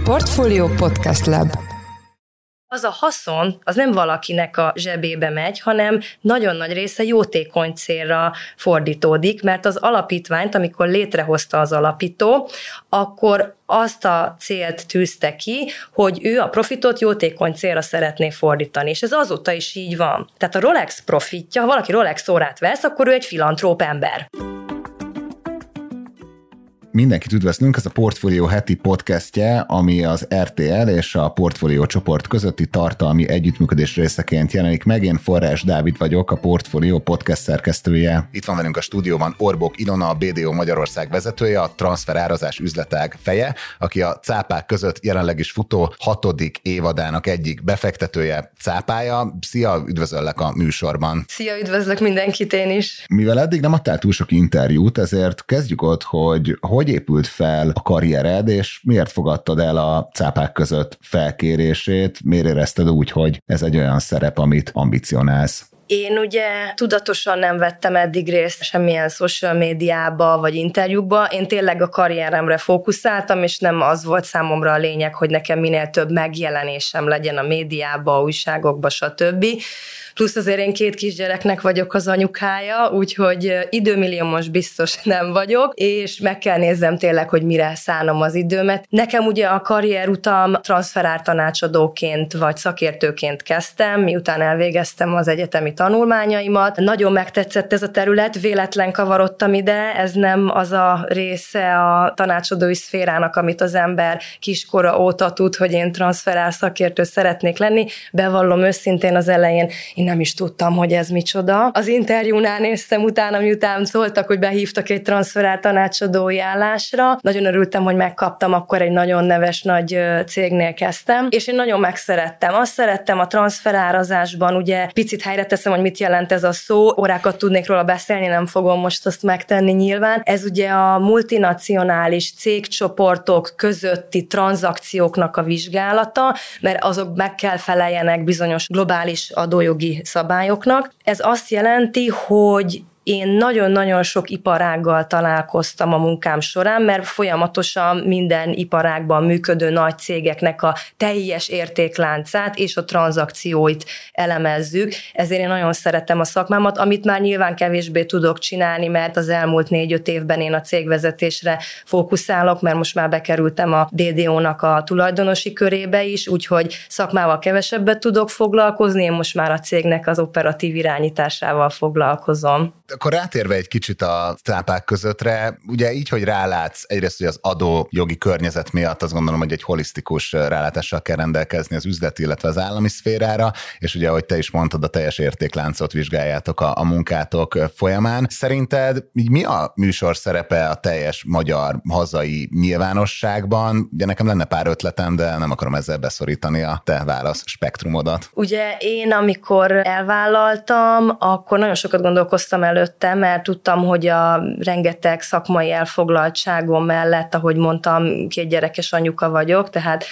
Portfolio Podcast Lab. Az a haszon, az nem valakinek a zsebébe megy, hanem nagyon nagy része jótékony célra fordítódik, mert az alapítványt, amikor létrehozta az alapító, akkor azt a célt tűzte ki, hogy ő a profitot jótékony célra szeretné fordítani, és ez azóta is így van. Tehát a Rolex profitja, ha valaki Rolex órát vesz, akkor ő egy filantróp ember. Mindenkit üdvözlünk, ez a Portfolio heti podcastje, ami az RTL és a Portfolio csoport közötti tartalmi együttműködés részeként jelenik meg. Én Forrás Dávid vagyok, a Portfolio podcast szerkesztője. Itt van velünk a stúdióban Orbok Ilona, a BDO Magyarország vezetője, a transferárazás üzletág feje, aki a cápák között jelenleg is futó 6. évadának egyik befektetője, cápája. Szia, üdvözöllek a műsorban. Szia, üdvözlök mindenkit én is. Mivel eddig nem adtál túl sok interjút, ezért kezdjük ott, hogy épült fel a karriered, és miért fogadtad el a cápák között felkérését, miért érezted úgy, hogy ez egy olyan szerep, amit ambicionálsz? Én ugye tudatosan nem vettem eddig részt semmilyen social médiába vagy interjúkba, én tényleg a karrieremre fókuszáltam, és nem az volt számomra a lényeg, hogy nekem minél több megjelenésem legyen a médiába, újságokba, stb. Plusz azért én 2 kisgyereknek vagyok az anyukája, úgyhogy időmilliómos biztos nem vagyok, és meg kell nézzem tényleg, hogy mire szánom az időmet. Nekem ugye a karrierutam transferártanácsadóként vagy szakértőként kezdtem, miután elvégeztem az egyetemi tanulmányaimat. Nagyon megtetszett ez a terület, véletlen kavarodtam ide, ez nem az a része a tanácsadói szférának, amit az ember kiskora óta tud, hogy én transferár szakértő szeretnék lenni. Bevallom őszintén az elején, én nem is tudtam, hogy ez micsoda. Az interjúnál néztem utána, miután szóltak, hogy behívtak egy transferár tanácsadói állásra. Nagyon örültem, hogy megkaptam, akkor egy nagyon neves nagy cégnél kezdtem, és én nagyon megszerettem. Azt szerettem a transferárazásban, ugye picit helyre teszem, hogy mit jelent ez a szó, órákat tudnék róla beszélni, nem fogom most azt megtenni nyilván. Ez ugye a multinacionális cégcsoportok közötti tranzakcióknak a vizsgálata, mert azok meg kell feleljenek bizonyos globális adójogi szabályoknak. Ez azt jelenti, hogy én nagyon-nagyon sok iparággal találkoztam a munkám során, mert folyamatosan minden iparágban működő nagy cégeknek a teljes értékláncát és a tranzakcióit elemezzük. Ezért én nagyon szeretem a szakmámat, amit már nyilván kevésbé tudok csinálni, mert az elmúlt 4-5 évben én a cégvezetésre fókuszálok, mert most már bekerültem a BDO-nak a tulajdonosi körébe is, úgyhogy szakmával kevesebbet tudok foglalkozni, én most már a cégnek az operatív irányításával foglalkozom. Akkor rátérve egy kicsit a cápák közöttre, ugye így, hogy rálátsz egyrészt, hogy az adójogi környezet miatt azt gondolom, hogy egy holisztikus rálátással kell rendelkezni az üzleti, illetve az állami szférára, és ugye, ahogy te is mondtad, a teljes értékláncot vizsgáljátok a munkátok folyamán. Szerinted mi a műsor szerepe a teljes magyar hazai nyilvánosságban? Ugye nekem lenne pár ötletem, de nem akarom ezzel beszorítani a te válasz spektrumodat. Ugye én, amikor elvállaltam, akkor nagyon sokat gondolkoztam előtte, mert tudtam, hogy a rengeteg szakmai elfoglaltságom mellett, ahogy mondtam, 2 gyerekes anyuka vagyok, tehát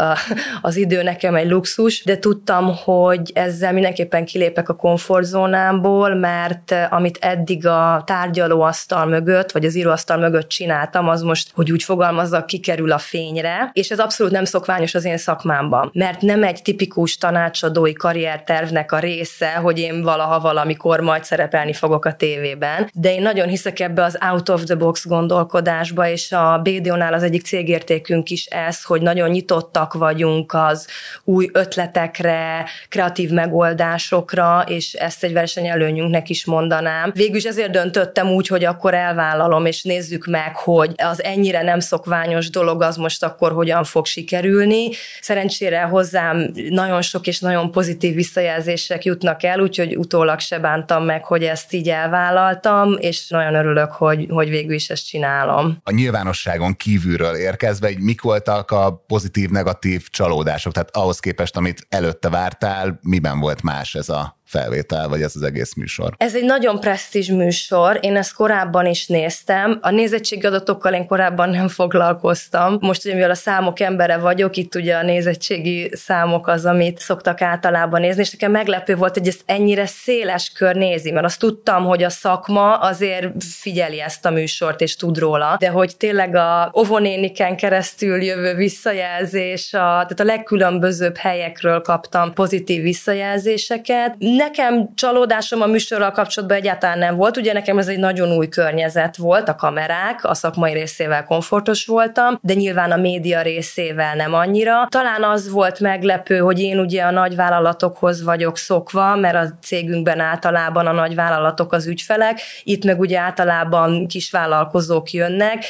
az idő nekem egy luxus, de tudtam, hogy ezzel mindenképpen kilépek a komfortzónámból, mert amit eddig a tárgyalóasztal mögött, vagy az íróasztal mögött csináltam, az most, hogy úgy fogalmazzak, kikerül a fényre, és ez abszolút nem szokványos az én szakmámban, mert nem egy tipikus tanácsadói karriertervnek a része, hogy én valaha valamikor majd szerepelni fogok a tévében, de én nagyon hiszek ebbe az out of the box gondolkodásba, és a BDO-nál az egyik cégértékünk is ez, hogy nagyon nyitottak vagyunk az új ötletekre, kreatív megoldásokra, és ezt egy versenyelőnyünknek is mondanám. Végülis ezért döntöttem úgy, hogy akkor elvállalom, és nézzük meg, hogy az ennyire nem szokványos dolog az most akkor hogyan fog sikerülni. Szerencsére hozzám nagyon sok és nagyon pozitív visszajelzések jutnak el, úgyhogy utólag se bántam meg, hogy ezt így elvállaltam, és nagyon örülök, hogy végül is ezt csinálom. A nyilvánosságon kívülről érkezve, hogy mik voltak a pozitív-negatív csalódások? Tehát ahhoz képest, amit előtte vártál, miben volt más ez a felvétel, vagy ez az egész műsor? Ez egy nagyon presztízs műsor, én ezt korábban is néztem. A nézettségi adatokkal én korábban nem foglalkoztam. Most ugye, mivel a számok embere vagyok, itt ugye a nézettségi számok az, amit szoktak általában nézni, és nekem meglepő volt, hogy ezt ennyire széles kör nézi, mert azt tudtam, hogy a szakma azért figyeli ezt a műsort, és tud róla, de hogy tényleg a óvonéniken keresztül jövő visszajelzés, tehát a legkülönbözőbb helyekről kaptam pozitív visszajelzéseket. Nekem csalódásom a műsorral kapcsolatban egyáltalán nem volt, ugye nekem ez egy nagyon új környezet volt, a kamerák, a szakmai részével komfortos voltam, de nyilván a média részével nem annyira. Talán az volt meglepő, hogy én ugye a nagyvállalatokhoz vagyok szokva, mert a cégünkben általában a nagyvállalatok az ügyfelek, itt meg ugye általában kisvállalkozók jönnek,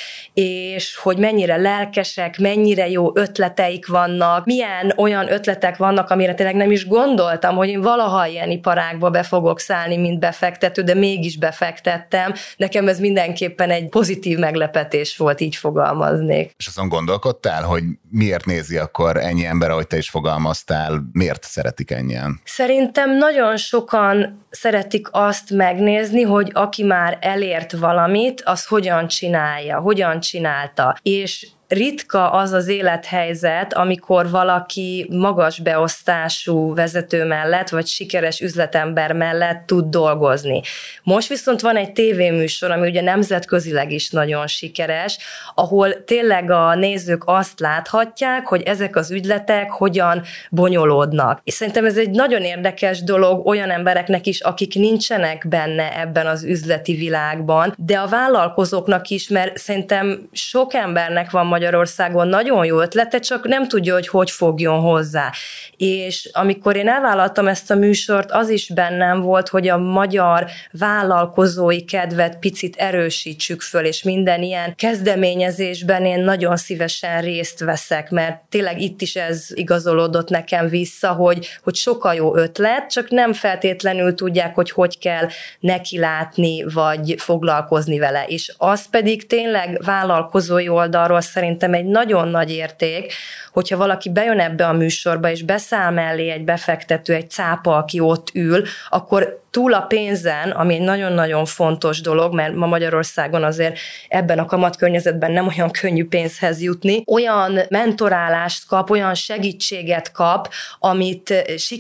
és hogy mennyire lelkesek, mennyire jó ötleteik vannak, milyen olyan ötletek vannak, amire tényleg nem is gondoltam, hogy én valaha ilyen iparágba be fogok szállni, mint befektető, de mégis befektettem. Nekem ez mindenképpen egy pozitív meglepetés volt, így fogalmaznék. És azon gondolkodtál, hogy miért nézi akkor ennyi ember, ahogy te is fogalmaztál, miért szeretik ennyien? Szerintem nagyon sokan szeretik azt megnézni, hogy aki már elért valamit, az hogyan csinálja, hogyan csinálta. És ritka az az élethelyzet, amikor valaki magas beosztású vezető mellett, vagy sikeres üzletember mellett tud dolgozni. Most viszont van egy tévéműsor, ami ugye nemzetközileg is nagyon sikeres, ahol tényleg a nézők azt láthatják, hogy ezek az ügyletek hogyan bonyolódnak. És szerintem ez egy nagyon érdekes dolog olyan embereknek is, akik nincsenek benne ebben az üzleti világban, de a vállalkozóknak is, mert szerintem sok embernek van Magyarországon nagyon jó ötlete, csak nem tudja, hogy fogjon hozzá. És amikor én elvállaltam ezt a műsort, az is bennem volt, hogy a magyar vállalkozói kedvet picit erősítsük föl, és minden ilyen kezdeményezésben én nagyon szívesen részt veszek, mert tényleg itt is ez igazolódott nekem vissza, hogy sokkal jó ötlet, csak nem feltétlenül tudják, hogy kell nekilátni, vagy foglalkozni vele. És az pedig tényleg vállalkozói oldalról szerintem egy nagyon nagy érték, hogyha valaki bejön ebbe a műsorba, és beszáll mellé egy befektető, egy cápa, aki ott ül, akkor túl a pénzen, ami egy nagyon-nagyon fontos dolog, mert ma Magyarországon azért ebben a kamatkörnyezetben nem olyan könnyű pénzhez jutni, olyan mentorálást kap, olyan segítséget kap, amit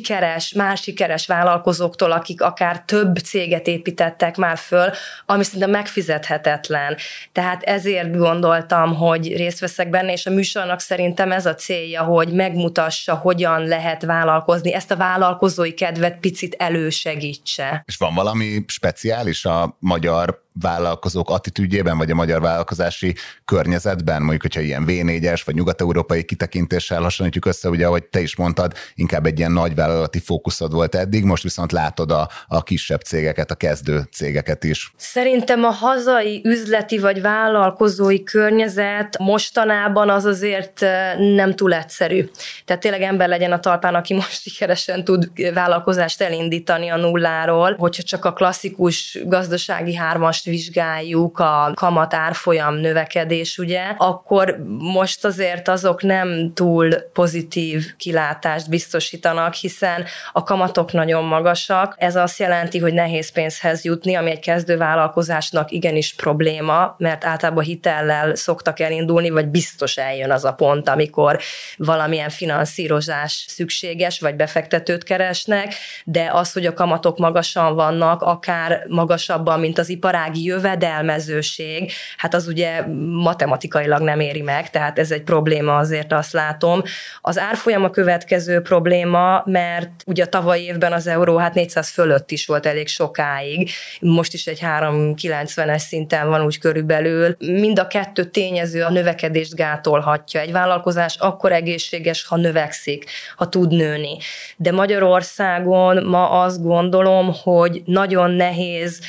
már sikeres vállalkozóktól, akik akár több céget építettek már föl, ami szerintem megfizethetetlen. Tehát ezért gondoltam, hogy részt veszek benne, és a műsornak szerintem ez a célja, hogy megmutassa, hogyan lehet vállalkozni, ezt a vállalkozói kedvet picit elősegítse. És van valami speciális a magyar vállalkozók attitűdjében, vagy a magyar vállalkozási környezetben, mondjuk, hogyha ilyen V4-es, vagy nyugat-európai kitekintéssel hasonlítjuk össze, ugye, ahogy te is mondtad, inkább egy ilyen nagyvállalati fókuszod volt eddig, most viszont látod a kisebb cégeket, a kezdő cégeket is. Szerintem a hazai üzleti vagy vállalkozói környezet mostanában az azért nem túl egyszerű. Tehát tényleg ember legyen a talpán, aki most sikeresen tud vállalkozást elindítani a nulláról, hogyha csak a klasszikus gazdasági hármas vizsgáljuk, a kamat árfolyam növekedés, ugye, akkor most azért azok nem túl pozitív kilátást biztosítanak, hiszen a kamatok nagyon magasak. Ez azt jelenti, hogy nehéz pénzhez jutni, ami egy kezdővállalkozásnak igenis probléma, mert általában hitellel szoktak elindulni, vagy biztos eljön az a pont, amikor valamilyen finanszírozás szükséges, vagy befektetőt keresnek, de az, hogy a kamatok magasan vannak, akár magasabban, mint az iparági jövedelmezőség, hát az ugye matematikailag nem éri meg, tehát ez egy probléma, azért azt látom. Az árfolyam a következő probléma, mert ugye a tavalyi évben az euró 400 fölött is volt elég sokáig, most is egy 3,90-es szinten van úgy körülbelül. Mind a kettő tényező a növekedést gátolhatja. Egy vállalkozás akkor egészséges, ha növekszik, ha tud nőni. De Magyarországon ma azt gondolom, hogy nagyon nehéz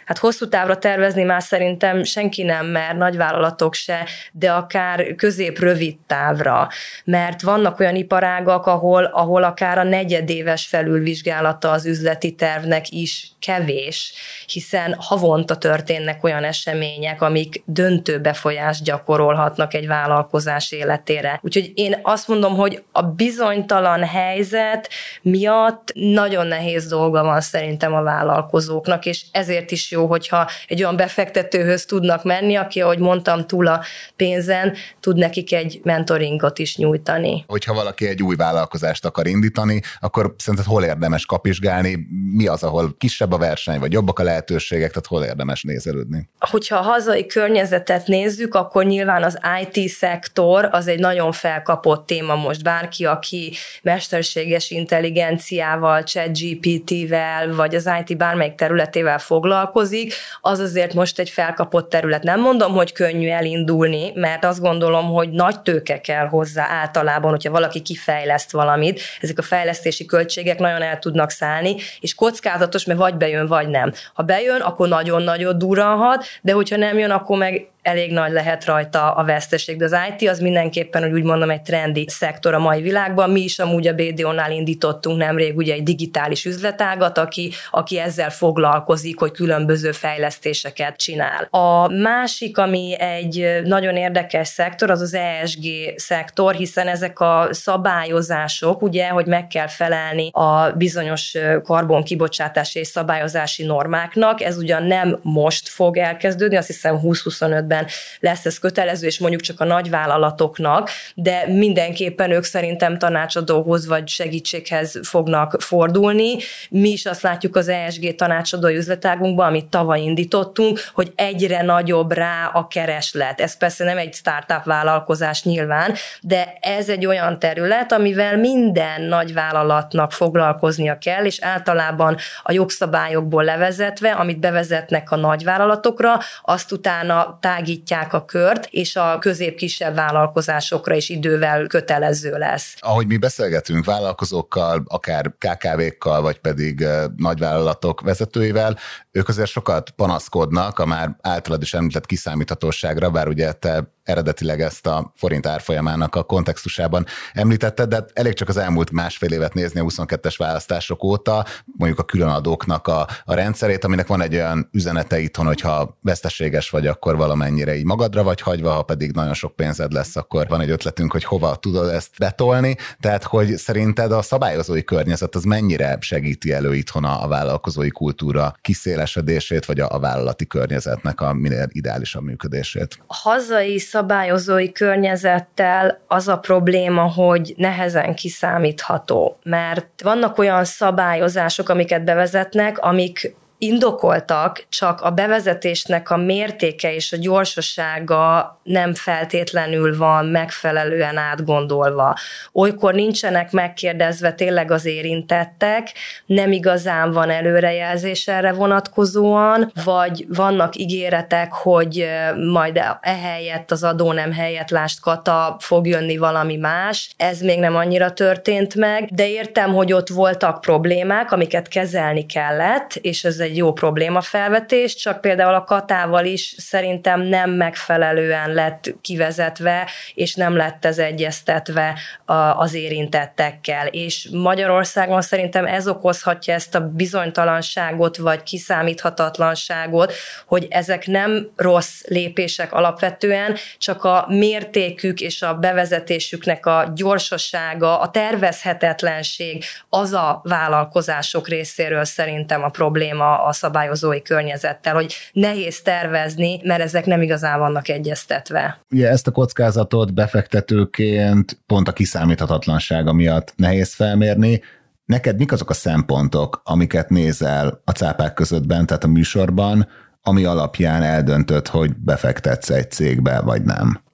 Hát hosszú távra tervezni már szerintem senki nem mer, nagyvállalatok se, de akár közép-rövid távra, mert vannak olyan iparágak, ahol akár a negyedéves felülvizsgálata az üzleti tervnek is kevés, hiszen havonta történnek olyan események, amik döntő befolyást gyakorolhatnak egy vállalkozás életére. Úgyhogy én azt mondom, hogy a bizonytalan helyzet miatt nagyon nehéz dolga van szerintem a vállalkozóknak, és ezért is jó, hogyha egy olyan befektetőhöz tudnak menni, aki, ahogy mondtam, túl a pénzen tud nekik egy mentoringot is nyújtani. Hogyha valaki egy új vállalkozást akar indítani, akkor szerinted hol érdemes kapizsgálni? Mi az, ahol kisebb a verseny, vagy jobbak a lehetőségek, tehát hol érdemes nézelődni? Hogyha a hazai környezetet nézzük, akkor nyilván az IT-szektor az egy nagyon felkapott téma most. Bárki, aki mesterséges intelligenciával, ChatGPT-vel, vagy az IT bármelyik területével foglalkozik, az azért most egy felkapott terület. Nem mondom, hogy könnyű elindulni, mert azt gondolom, hogy nagy tőke kell hozzá általában, hogyha valaki kifejleszt valamit, ezek a fejlesztési költségek nagyon el tudnak szállni, és kockázatos, mert vagy bejön, vagy nem. Ha bejön, akkor nagyon nagyot durranhat, de hogyha nem jön, akkor meg elég nagy lehet rajta a veszteség. De az IT az mindenképpen, hogy úgy mondom, egy trendi szektor a mai világban. Mi is amúgy a BDO-nál indítottunk nemrég ugye egy digitális üzletágat, aki ezzel foglalkozik, hogy különböző fejlesztéseket csinál. A másik, ami egy nagyon érdekes szektor, az az ESG szektor, hiszen ezek a szabályozások, ugye, hogy meg kell felelni a bizonyos karbonkibocsátási és szabályozási normáknak, ez ugyan nem most fog elkezdődni, azt hiszem 2025-ben lesz ez kötelező, és mondjuk csak a nagyvállalatoknak, de mindenképpen ők szerintem tanácsadóhoz vagy segítséghez fognak fordulni. Mi is azt látjuk az ESG tanácsadói üzletágunkban, amit tavaly indítottunk, hogy egyre nagyobb rá a kereslet. Ez persze nem egy startup vállalkozás nyilván, de ez egy olyan terület, amivel minden nagyvállalatnak foglalkoznia kell, és általában a jogszabályokból levezetve, amit bevezetnek a nagyvállalatokra, azt utána tágítják a kört, és a közép-kisebb vállalkozásokra is idővel kötelező lesz. Ahogy mi beszélgetünk vállalkozókkal, akár KKV-kkal, vagy pedig nagyvállalatok vezetőivel, ők azért sokat panaszkodnak a már általad is említett kiszámíthatóságra, bár ugye te eredetileg ezt a forint árfolyamának a kontextusában említetted, de elég csak az elmúlt másfél évet nézni a 22-es választások óta, mondjuk a különadóknak a rendszerét, aminek van egy olyan üzenete itthon, hogyha veszteséges vagy, akkor valamennyire így magadra vagy hagyva, ha pedig nagyon sok pénzed lesz, akkor van egy ötletünk, hogy hova tudod ezt betolni. Tehát, hogy szerinted a szabályozói környezet az mennyire segíti elő itthon a vállalkozói kultúra kiszélesedését, vagy a vállalati környezetnek a minél ideálisabb működését? A hazai szabályozói környezettel az a probléma, hogy nehezen kiszámítható, mert vannak olyan szabályozások, amiket bevezetnek, amik indokoltak, csak a bevezetésnek a mértéke és a gyorsasága nem feltétlenül van megfelelően átgondolva. Olykor nincsenek megkérdezve tényleg az érintettek, nem igazán van előrejelzés erre vonatkozóan, vagy vannak ígéretek, hogy majd ehelyett az adónem helyett lást kata fog jönni valami más. Ez még nem annyira történt meg, de értem, hogy ott voltak problémák, amiket kezelni kellett, és ez egy jó problémafelvetés, csak például a katával is szerintem nem megfelelően lett kivezetve, és nem lett ez egyeztetve az érintettekkel. És Magyarországon szerintem ez okozhatja ezt a bizonytalanságot, vagy kiszámíthatatlanságot, hogy ezek nem rossz lépések alapvetően, csak a mértékük és a bevezetésüknek a gyorsasága, a tervezhetetlenség, az a vállalkozások részéről szerintem a probléma a szabályozói környezettel, hogy nehéz tervezni, mert ezek nem igazán vannak egyeztetve. Ugye ezt a kockázatot befektetőként pont a kiszámíthatatlansága miatt nehéz felmérni. Neked mik azok a szempontok, amiket nézel a cápák közöttben, tehát a műsorban, ami alapján eldöntöd, hogy befektetsz egy cégbe, vagy nem?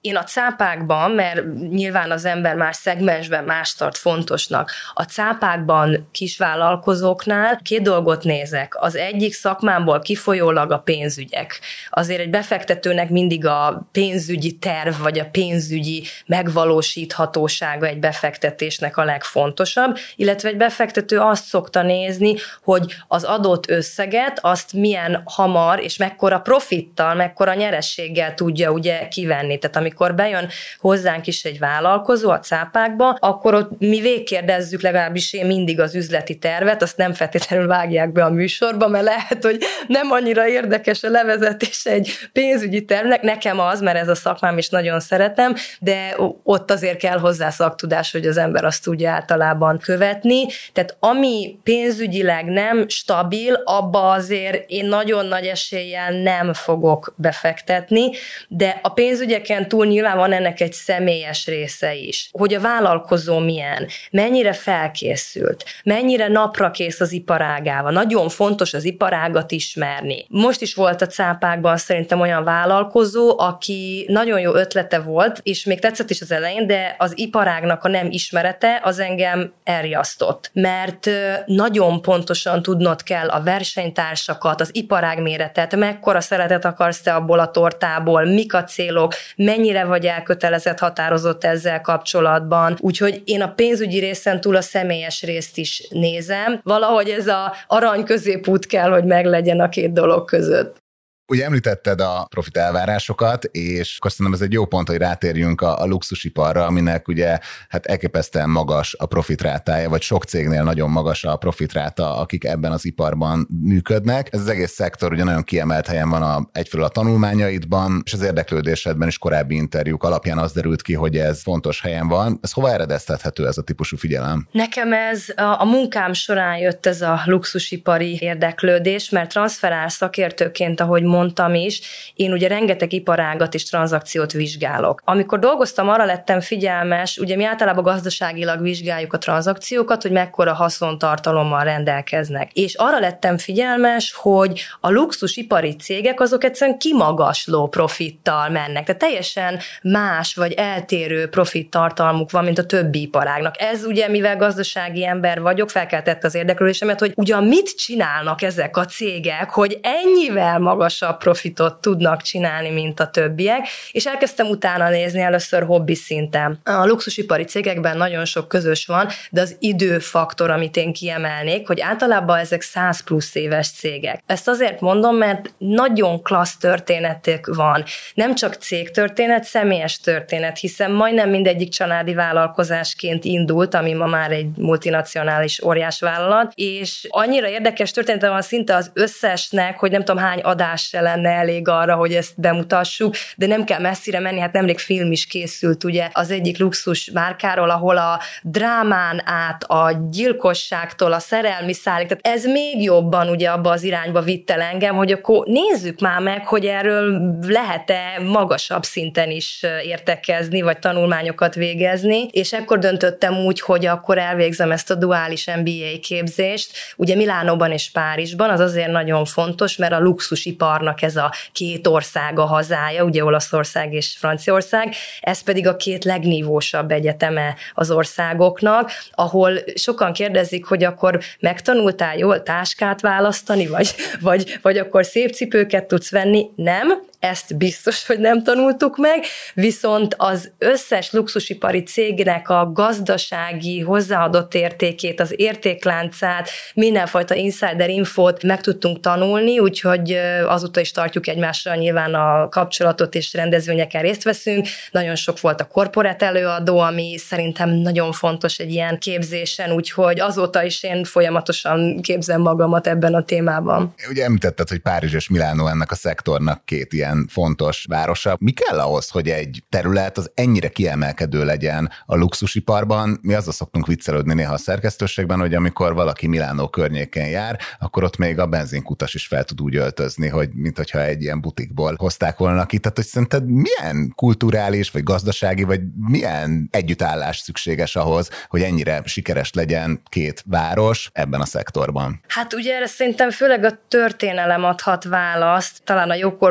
Én a cápákban, mert nyilván az ember más szegmensben más tart fontosnak, a cápákban kisvállalkozóknál 2 dolgot nézek. Az egyik szakmámból kifolyólag a pénzügyek. Azért egy befektetőnek mindig a pénzügyi terv, vagy a pénzügyi megvalósíthatósága egy befektetésnek a legfontosabb, illetve egy befektető azt szokta nézni, hogy az adott összeget azt milyen hamar és mekkora profittal, mekkora nyerességgel tudja ugye kivenni. Tehát amikor bejön hozzánk is egy vállalkozó a cápákba, akkor ott mi végigkérdezzük, legalábbis én mindig az üzleti tervet, azt nem feltétlenül vágják be a műsorba, mert lehet, hogy nem annyira érdekes a levezetés egy pénzügyi tervnek, nekem az, mert ez a szakmám is nagyon szeretem, de ott azért kell hozzá szaktudás, hogy az ember azt tudja általában követni. Tehát ami pénzügyileg nem stabil, abba azért én nagyon nagy eséllyel nem fogok befektetni, de a pénzügyeken túl nyilván van ennek egy személyes része is. Hogy a vállalkozó milyen, mennyire felkészült, mennyire naprakész az iparágával. Nagyon fontos az iparágat ismerni. Most is volt a cápákban szerintem olyan vállalkozó, aki nagyon jó ötlete volt, és még tetszett is az elején, de az iparágnak a nem ismerete az engem elriasztott. Mert nagyon pontosan tudnod kell a versenytársakat, az iparág méretet, mekkora szeretet akarsz te abból a tortából, mik a célok, mennyire vagy elkötelezett, határozott ezzel kapcsolatban. Úgyhogy én a pénzügyi részen túl a személyes részt is nézem. Valahogy ez az arany középút kell, hogy meglegyen a 2 dolog között. Ugye említetted a profit elvárásokat, és akkor szerintem ez egy jó pont, hogy rátérjünk a luxusiparra, aminek ugye hát elképesztően magas a profitrátája, vagy sok cégnél nagyon magas a profitráta, akik ebben az iparban működnek. Ez az egész szektor ugye nagyon kiemelt helyen van egyfelől a tanulmányaidban, és az érdeklődésedben is korábbi interjúk alapján az derült ki, hogy ez fontos helyen van. Ez hova eredeztethető ez a típusú figyelem? Nekem ez a munkám során jött ez a luxusipari érdeklődés, mert transferál szakértőként, ahogy mondtam is, én ugye rengeteg iparágat és tranzakciót vizsgálok. Amikor dolgoztam, arra lettem figyelmes, ugye mi általában gazdaságilag vizsgáljuk a tranzakciókat, hogy mekkora haszontartalommal rendelkeznek. És arra lettem figyelmes, hogy a luxusipari cégek azok egyszerűen kimagasló profittal mennek. Tehát teljesen más vagy eltérő profittartalmuk van, mint a többi iparágnak. Ez ugye, mivel gazdasági ember vagyok, felkeltette az érdeklődésemet, hogy ugyan mit csinálnak ezek a cégek, hogy ennyivel magasabb profitot tudnak csinálni, mint a többiek, és elkezdtem utána nézni először hobbi szinten. A luxusipari cégekben nagyon sok közös van, de az időfaktor, amit én kiemelnék, hogy általában ezek 100 plusz éves cégek. Ezt azért mondom, mert nagyon klassz történetek van. Nem csak cégtörténet, személyes történet, hiszen majdnem mindegyik családi vállalkozásként indult, ami ma már egy multinacionális óriásvállalat, és annyira érdekes története van szinte az összesnek, hogy nem tudom hány adás se lenne elég arra, hogy ezt bemutassuk, de nem kell messzire menni, hát nemrég film is készült ugye az egyik luxus márkáról, ahol a drámán át, a gyilkosságtól, a szerelmi szálig, tehát ez még jobban ugye abba az irányba vitt el engem, hogy akkor nézzük már meg, hogy erről lehet-e magasabb szinten is értekezni, vagy tanulmányokat végezni, és ekkor döntöttem úgy, hogy akkor elvégzem ezt a duális MBA képzést, ugye Milánóban és Párizsban, az azért nagyon fontos, mert a luxusiparnak ez a 2 ország a hazája, ugye Olaszország és Franciaország, ez pedig a 2 legnívósabb egyeteme az országoknak, ahol sokan kérdezik, hogy akkor megtanultál jól táskát választani, vagy akkor szép cipőket tudsz venni? Nem, ezt biztos, hogy nem tanultuk meg, viszont az összes luxusipari cégnek a gazdasági hozzáadott értékét, az értékláncát, mindenfajta insider infót meg tudtunk tanulni, úgyhogy azóta is tartjuk egymással nyilván a kapcsolatot, és rendezvényeken részt veszünk. Nagyon sok volt a korporát előadó, ami szerintem nagyon fontos egy ilyen képzésen, úgyhogy azóta is én folyamatosan képzem magamat ebben a témában. Ugye említetted, hogy Párizs és Milánó ennek a szektornak 2 ilyen fontos városa. Mi kell ahhoz, hogy egy terület az ennyire kiemelkedő legyen a luxusiparban? Mi azzal szoktunk viccelődni néha a szerkesztőségben, hogy amikor valaki Milánó környékén jár, akkor ott még a benzinkutas is fel tud úgy öltözni, hogy minthogyha egy ilyen butikból hozták volna ki. Tehát, hogy szerinted milyen kulturális, vagy gazdasági, vagy milyen együttállás szükséges ahhoz, hogy ennyire sikeres legyen 2 város ebben a szektorban? Hát ugye erre szerintem főleg a történelem adhat választ. Talán a jókor voltak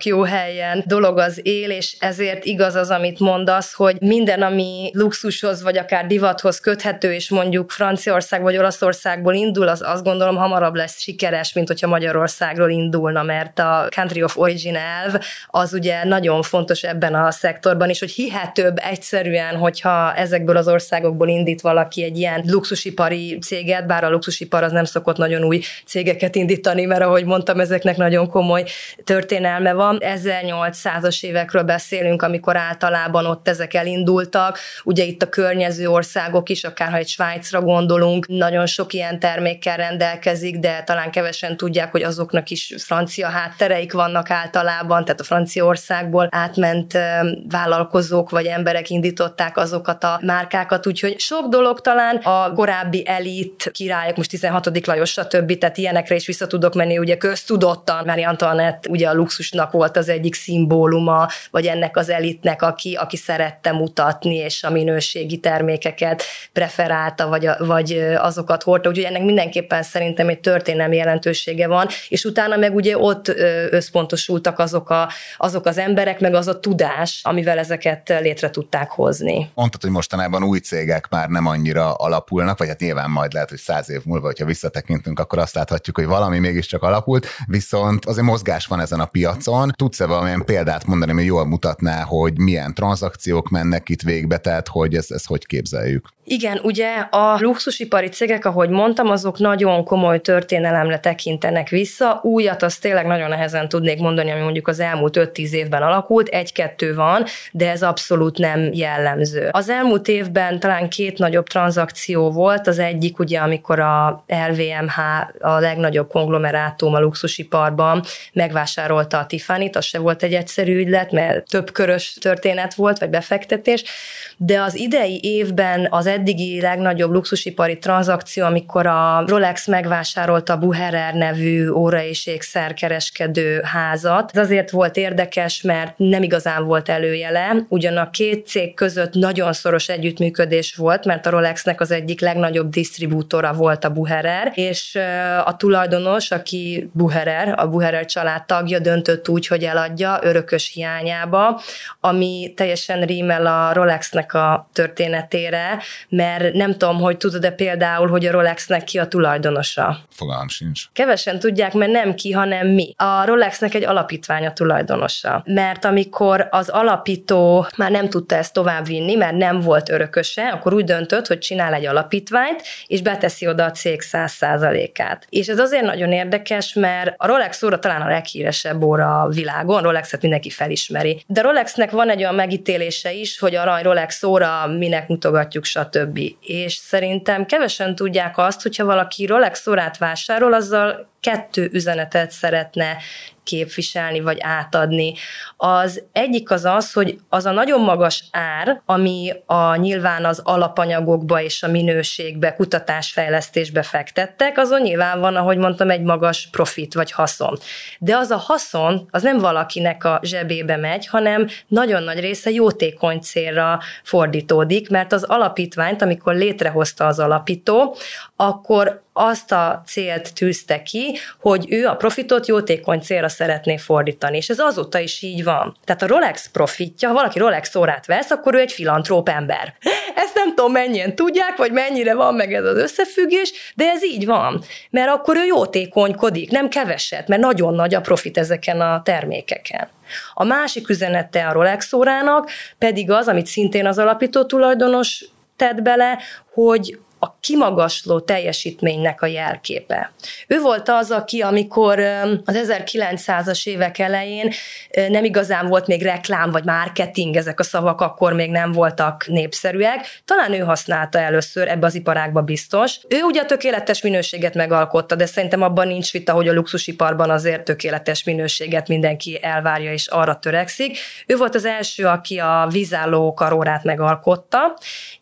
csak jó helyen dolog az él, és ezért igaz az, amit mondasz, hogy minden, ami luxushoz vagy akár divathoz köthető, és mondjuk Franciaország vagy Olaszországból indul, az azt gondolom hamarabb lesz sikeres, mint hogyha Magyarországról indulna, mert a country of origin elv az ugye nagyon fontos ebben a szektorban is, hogy hihetőbb egyszerűen, hogyha ezekből az országokból indít valaki egy ilyen luxusipari céget, bár a luxusipar az nem szokott nagyon új cégeket indítani, mert ahogy mondtam, ezeknek nagyon komoly történelme van. 1800-as évekről beszélünk, amikor általában ott ezek elindultak. Ugye itt a környező országok is, akár ha egy Svájcra gondolunk, nagyon sok ilyen termékkel rendelkezik, de talán kevesen tudják, hogy azoknak is francia háttereik vannak általában, tehát a Franciaországból átment vállalkozók vagy emberek indították azokat a márkákat, úgyhogy sok dolog talán a korábbi elit királyok, most 16. Lajos, stb. Tehát ilyenekre is vissza tudok menni, ugye köztudottan, Marie Antoinette ugye a luxusnak volt az egyik szimbóluma, vagy ennek az elitnek, aki szerette mutatni, és a minőségi termékeket preferálta, vagy azokat hordta, úgyhogy ennek mindenképpen szerintem egy történelmi jelentősége van, és utána meg ugye ott összpontosultak azok az emberek, meg az a tudás, amivel ezeket létre tudták hozni. Mondtad, hogy mostanában új cégek már nem annyira alapulnak, vagy hát nyilván majd lehet, hogy 100 év múlva, hogyha visszatekintünk, akkor azt láthatjuk, hogy valami mégiscsak alapult, viszont azért mozgás van ezen a piacon. Tudsz-e valamilyen példát mondani, ami jól mutatná, hogy milyen tranzakciók mennek itt végbe, tehát hogy ezt hogy képzeljük? Igen, ugye a luxusipari cégek, ahogy mondtam, azok nagyon komoly történelemre tekintenek vissza. Újat azt tényleg nagyon nehezen tudnék mondani, ami mondjuk az elmúlt 5-10 évben alakult, 1-2 van, de ez abszolút nem jellemző. Az elmúlt évben talán 2 nagyobb tranzakció volt, az egyik ugye, amikor a LVMH, a legnagyobb konglomerátum a luxusiparban megvásárolta a Tiffany-t, az se volt egy egyszerű ügylet, mert több körös történet volt, vagy befektetés, de az idei évben az eddigi legnagyobb luxusipari tranzakció, amikor a Rolex megvásárolta a Bucherer nevű óra- és ékszerkereskedő házat. Ez azért volt érdekes, mert nem igazán volt előjele, ugyan a 2 cég között nagyon szoros együttműködés volt, mert a Rolexnek az egyik legnagyobb disztribútora volt a Bucherer, és a tulajdonos, aki a Bucherer család tagja, döntött úgy, hogy eladja örökös hiányába, ami teljesen rímel a Rolexnek a történetére, mert nem tudom, hogy tudod-e például, hogy a Rolexnek ki a tulajdonosa. Fogalmam sincs. Kevesen tudják, mert nem ki, hanem mi. A Rolexnek egy alapítvány a tulajdonosa. Mert amikor az alapító már nem tudta ezt továbbvinni, mert nem volt örököse, akkor úgy döntött, hogy csinál egy alapítványt, és beteszi oda a cég 100%-át. És ez azért nagyon érdekes, mert a Rolex óra talán a leghíresebb óra a világon, Rolexet mindenki felismeri. De Rolexnek van egy olyan megítélése is, hogy arany Rolex óra, minek mutogatjuk, stb. És szerintem kevesen tudják azt, hogyha valaki Rolex órát vásárol, azzal 2 üzenetet szeretne képviselni, vagy átadni. Az egyik az, hogy az a nagyon magas ár, ami nyilván az alapanyagokba és a minőségbe, kutatásfejlesztésbe fektettek, azon nyilván van, ahogy mondtam, egy magas profit vagy haszon. De az a haszon, az nem valakinek a zsebébe megy, hanem nagyon nagy része jótékony célra fordítódik, mert az alapítványt, amikor létrehozta az alapító, akkor azt a célt tűzte ki, hogy ő a profitot jótékony célra szeretné fordítani, és ez azóta is így van. Tehát a Rolex profitja, ha valaki Rolex órát vesz, akkor ő egy filantróp ember. Ezt nem tudom, mennyien tudják, vagy mennyire van meg ez az összefüggés, de ez így van. Mert akkor ő jótékonykodik, nem keveset, mert nagyon nagy a profit ezeken a termékeken. A másik üzenete a Rolex órának pedig az, amit szintén az alapító tulajdonos tett bele, hogy a kimagasló teljesítménynek a jelképe. Ő volt az, aki amikor az 1900-as évek elején nem igazán volt még reklám vagy marketing, ezek a szavak akkor még nem voltak népszerűek, talán ő használta először, ebbe az iparágba biztos. Ő ugye a tökéletes minőséget megalkotta, de szerintem abban nincs vita, hogy a luxusiparban azért tökéletes minőséget mindenki elvárja és arra törekszik. Ő volt az első, aki a vízálló karórát megalkotta,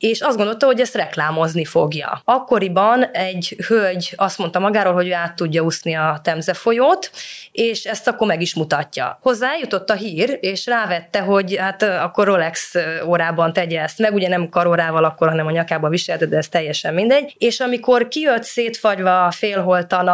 és azt gondolta, hogy ezt reklámozni fogja. Akkoriban egy hölgy azt mondta magáról, hogy ő át tudja úszni a Temze folyót, és ezt akkor meg is mutatja. Hozzá eljutott a hír, és rávette, hogy hát akkor Rolex órában tegye ezt meg, ugye nem karórával akkor, hanem a nyakába viselte, de ez teljesen mindegy. És amikor kijött szétfagyva félholtan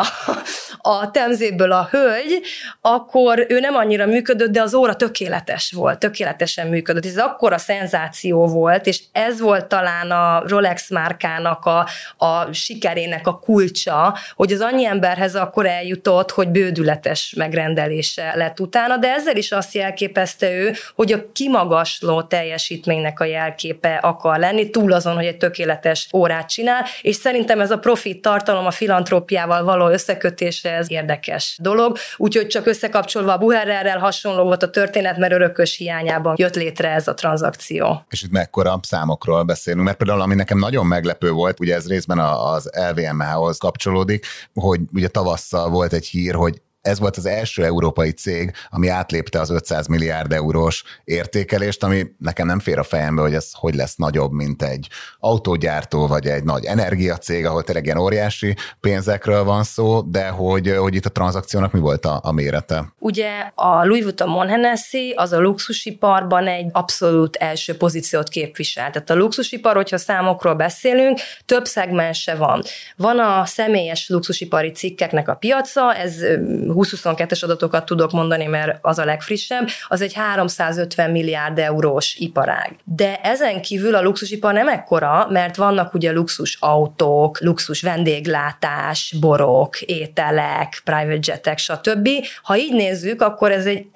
a Temzéből a hölgy, akkor ő nem annyira működött, de az óra tökéletes volt, tökéletesen működött. Ez akkora szenzáció volt, és ez volt talán a Rolex márkának a sikerének a kulcsa, hogy az annyi emberhez akkor eljutott, hogy bődületes megrendelése lett utána, de ezzel is azt jelképezte ő, hogy a kimagasló teljesítménynek a jelképe akar lenni, túl azon, hogy egy tökéletes órát csinál, és szerintem ez a profit tartalom a filantrópiával való összekötése, ez érdekes dolog, úgyhogy csak összekapcsolva a Bucherrel hasonló volt a történet, mert örökös hiányában jött létre ez a tranzakció. És itt mekkora számokról beszélünk, mert például ami nekem nagyon meglepő volt, ugye ez részben az LVMH-hoz kapcsolódik, hogy ugye tavasszal volt egy hír, hogy ez volt az első európai cég, ami átlépte az 500 milliárd eurós értékelést, ami nekem nem fér a fejembe, hogy ez hogy lesz nagyobb, mint egy autógyártó, vagy egy nagy energiacég, ahol tényleg ilyen óriási pénzekről van szó, de hogy itt a tranzakciónak mi volt a mérete? Ugye a Louis Vuitton Moët Hennessy az a luxusiparban egy abszolút első pozíciót képvisel. Tehát a luxusipar, hogyha számokról beszélünk, több szegmense van. Van a személyes luxusipari cikkeknek a piaca, ez 2022-es adatokat tudok mondani, mert az a legfrissebb, az egy 350 milliárd eurós iparág. De ezen kívül a luxusipar nem ekkora, mert vannak ugye luxus autók, luxus vendéglátás, borok, ételek, private jetek, stb. Ha így nézzük, akkor ez egy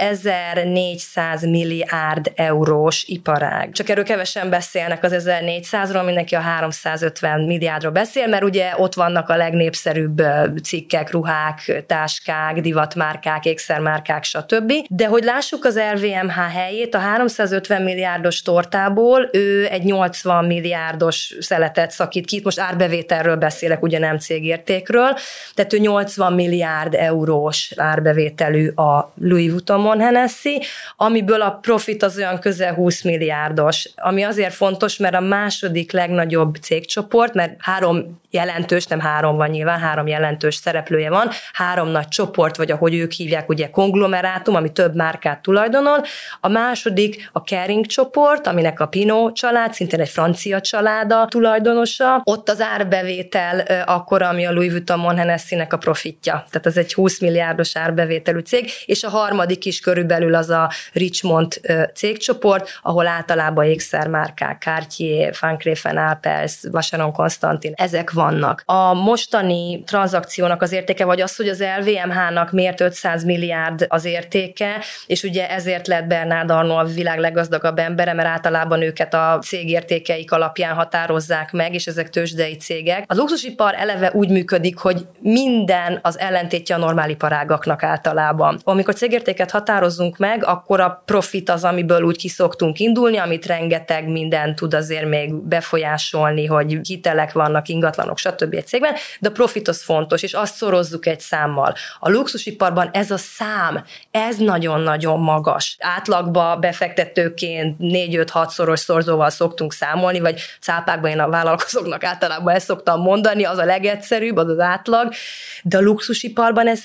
1400 milliárd eurós iparág. Csak erről kevesen beszélnek az 1400-ról, mindenki a 350 milliárdról beszél, mert ugye ott vannak a legnépszerűbb cikkek, ruhák, táskák, divatmárkák, ékszermárkák, stb. De hogy lássuk az LVMH helyét, a 350 milliárdos tortából ő egy 80 milliárdos szeletet szakít ki. Itt most árbevételről beszélek, ugye nem cégértékről. Tehát ő 80 milliárd eurós árbevételű a Louis Vuitton Moët Hennessy, amiből a profit az olyan közel 20 milliárdos. Ami azért fontos, mert a második legnagyobb cégcsoport, mert három jelentős, nem három van nyilván, három jelentős szereplője van, három nagy csoport, vagy ahogy ők hívják, ugye konglomerátum, ami több márkát tulajdonol. A második a Kering csoport, aminek a Pinault család, szintén egy francia családa tulajdonosa. Ott az árbevétel akkora, ami a Louis Vuitton Moët Hennessy-nek a profitja. Tehát ez egy 20 milliárdos árbevételű cég, és a harmadik is körülbelül az a Richemont cégcsoport, ahol általában ékszermárkák, Cartier, Van Cleef & Arpels, Vacheron Constantin, ezek vannak. A mostani tranzakciónak az értéke, vagy az, hogy az LVMH-nak miért 500 milliárd az értéke, és ugye ezért lett Bernard Arnault a világ leggazdagabb embere, mert általában őket a cégértékeik alapján határozzák meg, és ezek tőzsdei cégek. A luxusipar eleve úgy működik, hogy minden az ellentétje a normál iparágaknak általában. Amikor cégértéket határozzunk meg, akkor a profit az, amiből úgy kiszoktunk indulni, amit rengeteg minden tud azért még befolyásolni, hogy hitelek vannak, ingatlanok, stb. Egy cégben, de a profit az fontos, és azt szorozzuk egy számmal. A luxusiparban ez a szám, ez nagyon-nagyon magas. Átlagba befektetőként 4-5-6 szoros szorzóval szoktunk számolni, vagy cápákban én a vállalkozóknak általában ezt szoktam mondani, az a legegyszerűbb, az az átlag, de a luxusiparban ez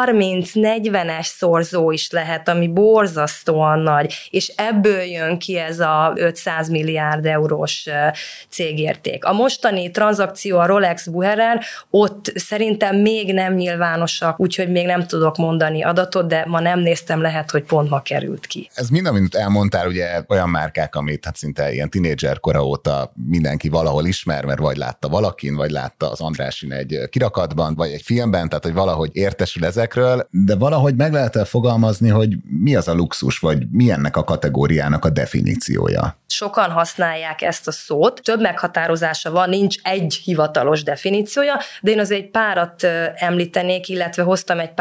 30-40-es szorzó is lehet, ami borzasztóan nagy, és ebből jön ki ez a 500 milliárd eurós cégérték. A mostani tranzakció a Rolex Bucherrel, ott szerintem még nem nyilvánosak, úgyhogy még nem tudok mondani adatot, de ma nem néztem, lehet, hogy pont ma került ki. Ez mind, amit elmondtál, ugye olyan márkák, amit hát szinte ilyen tinédzser kora óta mindenki valahol ismer, mert vagy látta valakin, vagy látta az Andrásin egy kirakatban, vagy egy filmben, tehát hogy valahogy értesül ezekről, de valahogy meg lehet fogalmazni, hogy mi az a luxus, vagy mi ennek a kategóriának a definíciója. Sokan használják ezt a szót, több meghatározása van, nincs egy hivatalos definíciója, de én azért egy párat említenék, illetve hoztam egy pár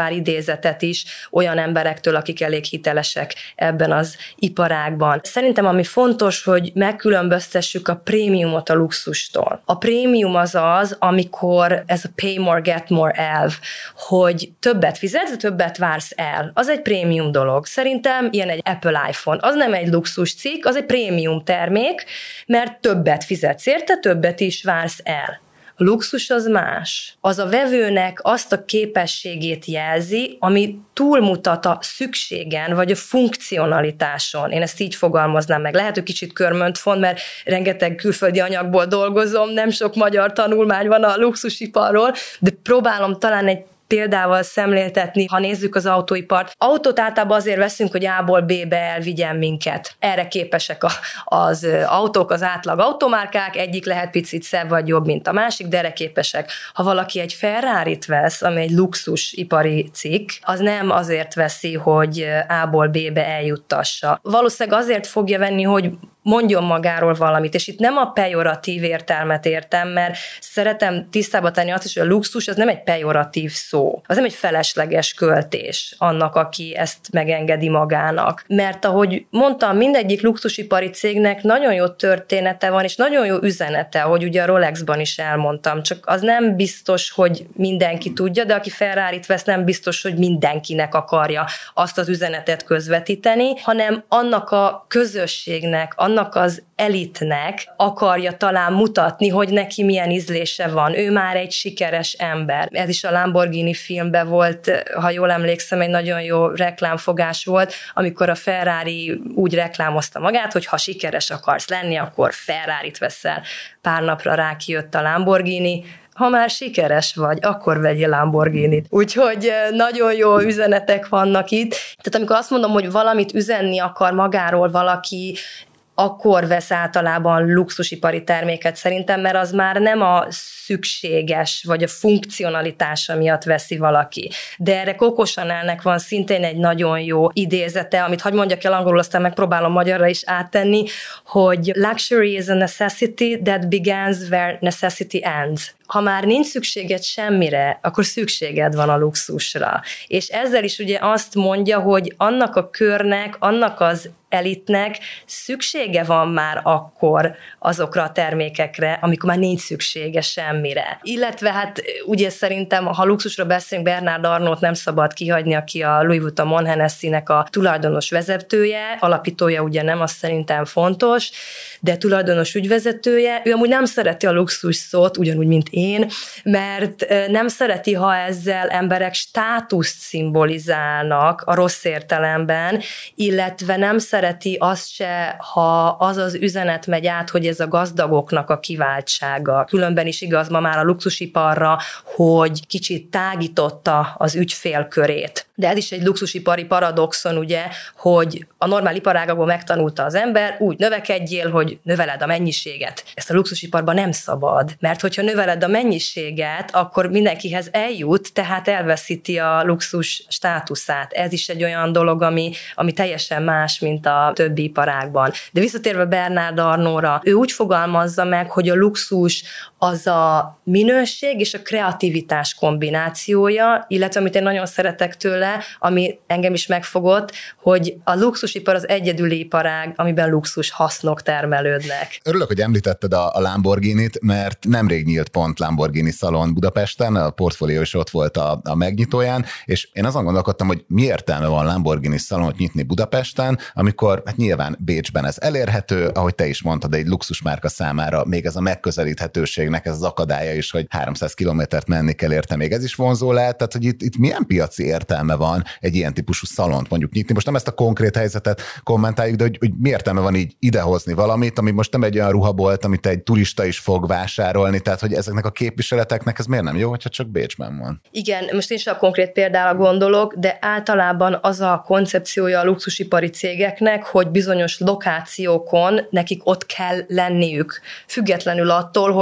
pár idézetet is olyan emberektől, akik elég hitelesek ebben az iparágban. Szerintem ami fontos, hogy megkülönböztessük a prémiumot a luxustól. A prémium az, amikor ez a pay more, get more elv, hogy többet fizetsz, de többet vársz el. Az egy prémium dolog. Szerintem ilyen egy Apple iPhone. Az nem egy luxus cikk, az egy prémium termék, mert többet fizetsz érte, többet is vársz el. A luxus az más. Az a vevőnek azt a képességét jelzi, ami túlmutat a szükségen, vagy a funkcionalitáson. Én ezt így fogalmaznám meg. Lehet, hogy kicsit körmöntfont, mert rengeteg külföldi anyagból dolgozom, nem sok magyar tanulmány van a luxusiparról, de próbálom talán egy példával szemléltetni, ha nézzük az autóipart. Autót általában azért veszünk, hogy A-ból B-be elvigyen minket. Erre képesek az autók, az átlag automárkák, egyik lehet picit szebb vagy jobb, mint a másik, de erre képesek. Ha valaki egy Ferrarit vesz, ami egy luxusipari cikk, az nem azért veszi, hogy A-ból B-be eljuttassa. Valószínűleg azért fogja venni, hogy mondjon magáról valamit, és itt nem a pejoratív értelmet értem, mert szeretem tisztába tenni azt is, hogy a luxus az nem egy pejoratív szó, az nem egy felesleges költés annak, aki ezt megengedi magának. Mert ahogy mondtam, mindegyik luxusipari cégnek nagyon jó története van, és nagyon jó üzenete, hogy ugye a Rolexban is elmondtam, csak az nem biztos, hogy mindenki tudja, de aki Ferrarit vesz, nem biztos, hogy mindenkinek akarja azt az üzenetet közvetíteni, hanem annak a közösségnek, annak az elitnek akarja talán mutatni, hogy neki milyen ízlése van. Ő már egy sikeres ember. Ez is a Lamborghini filmben volt, ha jól emlékszem, egy nagyon jó reklámfogás volt, amikor a Ferrari úgy reklámozta magát, hogy ha sikeres akarsz lenni, akkor Ferrarit veszel. Pár napra rá kijött a Lamborghini, ha már sikeres vagy, akkor vegyél Lamborghinit. Úgyhogy nagyon jó üzenetek vannak itt. Tehát amikor azt mondom, hogy valamit üzenni akar magáról valaki, akkor vesz általában luxusipari terméket szerintem, mert az már nem a szükséges, vagy a funkcionalitása miatt veszi valaki. De erre Coco Chanelnek van szintén egy nagyon jó idézete, amit hadd mondjak el angolul, aztán megpróbálom magyarra is áttenni, hogy luxury is a necessity that begins where necessity ends. Ha már nincs szükséged semmire, akkor szükséged van a luxusra. És ezzel is ugye azt mondja, hogy annak a körnek, annak az elitnek szüksége van már akkor azokra a termékekre, amikor már nincs szüksége semmire. Illetve hát ugye szerintem, ha luxusról beszélünk, Bernard Arnault nem szabad kihagyni, aki a Louis Vuitton Mon Hennessy-nek a tulajdonos vezetője, alapítója ugye nem, az szerintem fontos, de tulajdonos ügyvezetője, ő amúgy nem szereti a luxus szót, ugyanúgy, mint én, mert nem szereti, ha ezzel emberek státuszt szimbolizálnak a rossz értelemben, illetve nem szereti azt se, ha az az üzenet megy át, hogy ez a gazdagoknak a kiváltsága. Különben is igaz ma már a luxusiparra, hogy kicsit tágította az ügyfélkörét. De ez is egy luxusipari paradoxon, ugye, hogy a normál iparágakból megtanulta az ember, úgy növekedjél, hogy növeled a mennyiséget. Ezt a luxusiparban nem szabad, mert hogyha növeled a mennyiséget, akkor mindenkihez eljut, tehát elveszíti a luxus státuszát. Ez is egy olyan dolog, ami teljesen más, mint a többi iparágban. De visszatérve Bernard Arnaultra, ő úgy fogalmazza meg, hogy a luxus az a minőség és a kreativitás kombinációja, illetve amit én nagyon szeretek tőle, ami engem is megfogott, hogy a luxusipar az egyedüli iparág, amiben luxus hasznok termelődnek. Örülök, hogy említetted a Lamborghinit, mert nemrég nyílt pont Lamborghini szalon Budapesten, a portfólió is ott volt a megnyitóján, és én azon gondolkodtam, hogy mi értelme van Lamborghini szalont nyitni Budapesten, amikor hát nyilván Bécsben ez elérhető, ahogy te is mondtad, egy luxusmárka számára még ez a megközelíthetőségnek ez az akadálya is, hogy 300 kilométert menni kell érte, még ez is vonzó lehet, tehát hogy itt milyen piaci értelme van egy ilyen típusú szalont mondjuk nyitni. Most nem ezt a konkrét helyzetet kommentáljuk, de hogy mi értelme van így idehozni valamit, ami most nem egy olyan ruhabolt, amit egy turista is fog vásárolni, tehát hogy ezeknek a képviseleteknek ez miért nem jó, hogyha csak Bécsben van? Igen, most én is a konkrét példára gondolok, de általában az a koncepciója a luxusipari cégeknek, hogy bizonyos lokációkon nekik ott kell lenniük, függetlenül attól, hogy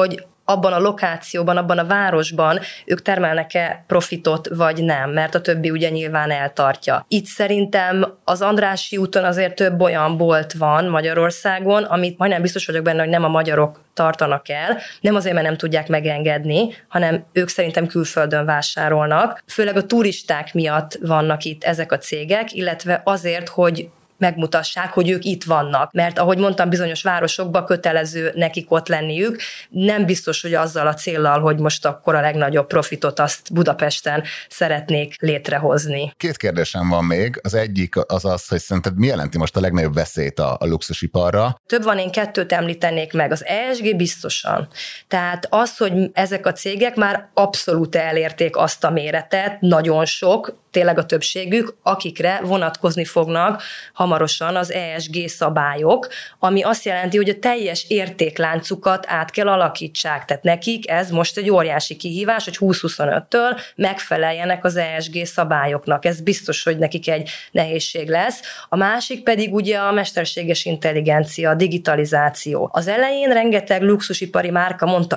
abban a lokációban, abban a városban ők termelnek-e profitot, vagy nem, mert a többi ugye nyilván eltartja. Itt szerintem az Andrássy úton azért több olyan bolt van Magyarországon, amit majdnem biztos vagyok benne, hogy nem a magyarok tartanak el, nem azért, mert nem tudják megengedni, hanem ők szerintem külföldön vásárolnak. Főleg a turisták miatt vannak itt ezek a cégek, illetve azért, hogy megmutassák, hogy ők itt vannak. Mert ahogy mondtam, bizonyos városokban kötelező nekik ott lenniük. Nem biztos, hogy azzal a céllal, hogy most akkor a legnagyobb profitot azt Budapesten szeretnék létrehozni. 2 kérdésem van még. Az egyik az, hogy szerinted mi jelenti most a legnagyobb veszélyt a luxusiparra? Több van, én 2 említenék meg. Az ESG biztosan. Tehát az, hogy ezek a cégek már abszolút elérték azt a méretet, nagyon sok, tényleg a többségük, akikre vonatkozni fognak hamarosan az ESG szabályok, ami azt jelenti, hogy a teljes értékláncukat át kell alakítsák. Tehát nekik ez most egy óriási kihívás, hogy 2025-től megfeleljenek az ESG szabályoknak. Ez biztos, hogy nekik egy nehézség lesz. A másik pedig ugye a mesterséges intelligencia, a digitalizáció. Az elején rengeteg luxusipari márka mondta,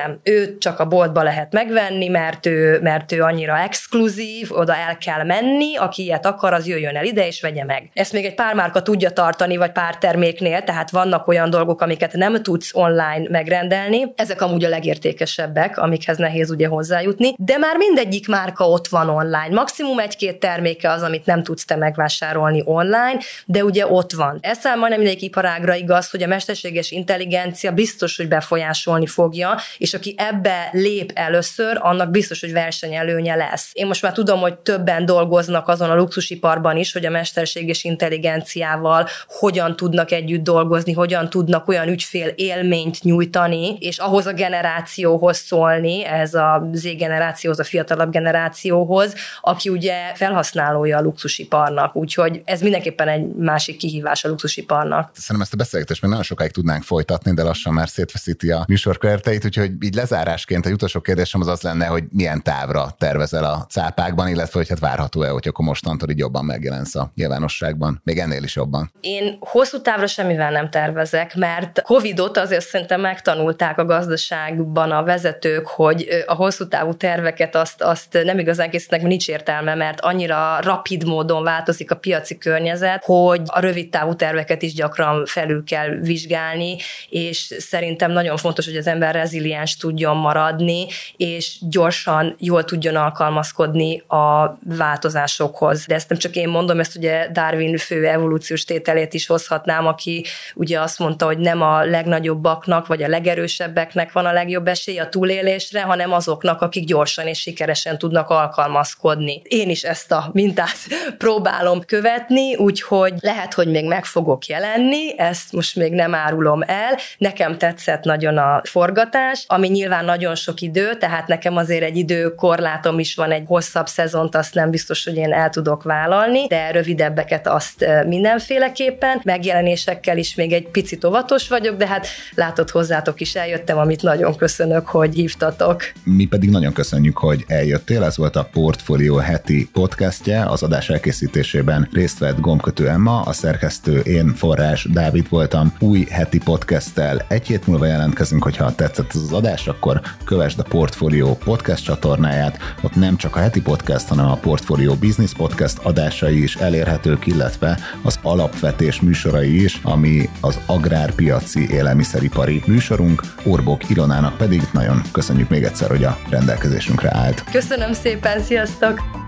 ő csak a boltba lehet megvenni, mert ő annyira exkluzív, oda el kell menni, aki ilyet akar, az jöjjön el ide és vegye meg. Ezt még egy pár márka tudja tartani, vagy pár terméknél, tehát vannak olyan dolgok, amiket nem tudsz online megrendelni. Ezek amúgy a legértékesebbek, amikhez nehéz ugye hozzájutni, de már mindegyik márka ott van online. Maximum 1-2 terméke az, amit nem tudsz te megvásárolni online, de ugye ott van. Ez majdnem mindegyik iparágra igaz, hogy a mesterséges intelligencia biztos, hogy befolyásolni fogja, és aki ebbe lép először, annak biztos, hogy versenyelőnye lesz. Én most már tudom, hogy többen dolgoznak azon a luxusiparban is, hogy a mesterséges intelligenciával hogyan tudnak együtt dolgozni, hogyan tudnak olyan ügyfél élményt nyújtani, és ahhoz a generációhoz szólni, ez a Z-generációhoz, a fiatalabb generációhoz, aki ugye felhasználója a luxusiparnak. Úgyhogy ez mindenképpen egy másik kihívás a luxusiparnak. Szerintem ezt a beszélgetést még nagyon sokáig tudnánk folytatni, de lassan már szétveszíti a műsor kereteit, úgyhogy így lezárásként egy utolsó kérdésem az lenne, hogy milyen távra tervezel a cápákban, illetve hogy várható-e, hogy akkor mostantól így jobban megjelensz a nyilvánosságban, még ennél is jobban? Én hosszú távra semmivel nem tervezek, mert Covidot azért szerintem megtanulták a gazdaságban a vezetők, hogy a hosszú távú terveket azt nem igazán készítenek, mert nincs értelme, mert annyira rapid módon változik a piaci környezet, hogy a rövid távú terveket is gyakran felül kell vizsgálni, és szerintem nagyon fontos, hogy az ember reziliens tudjon maradni, és gyorsan jól tudjon alkalmazkodni a változásokhoz. De ezt nem csak én mondom, ezt ugye Darwin fő evolúciós tételét is hozhatnám, aki ugye azt mondta, hogy nem a legnagyobbaknak, vagy a legerősebbeknek van a legjobb esély a túlélésre, hanem azoknak, akik gyorsan és sikeresen tudnak alkalmazkodni. Én is ezt a mintát próbálom követni, úgyhogy lehet, hogy még meg fogok jelenni, ezt most még nem árulom el. Nekem tetszett nagyon a forgatás, ami nyilván nagyon sok idő, tehát nekem azért egy időkorlátom is van, egy hosszabb szezont, azt nem biztos, hogy én el tudok vállalni, de rövidebbeket azt mindenféleképpen. Megjelenésekkel is még egy picit óvatos vagyok, de hát látod, hozzátok is eljöttem, amit nagyon köszönök, hogy hívtatok. Mi pedig nagyon köszönjük, hogy eljöttél. Ez volt a Portfolio heti podcastje. Az adás elkészítésében részt vett Gombkötő Emma, a szerkesztő én, Forrás Dávid voltam. Új heti podcasttel egy hét múlva jelentkezünk, hogyha tetszett az adás, akkor kövesd a Portfolio podcast csatornáját. Ott nem csak a heti podcast, hanem a Portfolio Business Podcast adásai is elérhetők, illetve az alapvetés műsorai is, ami az agrárpiaci élelmiszeripari műsorunk. Orbok Ilonának pedig nagyon köszönjük még egyszer, hogy a rendelkezésünkre állt. Köszönöm szépen, sziasztok!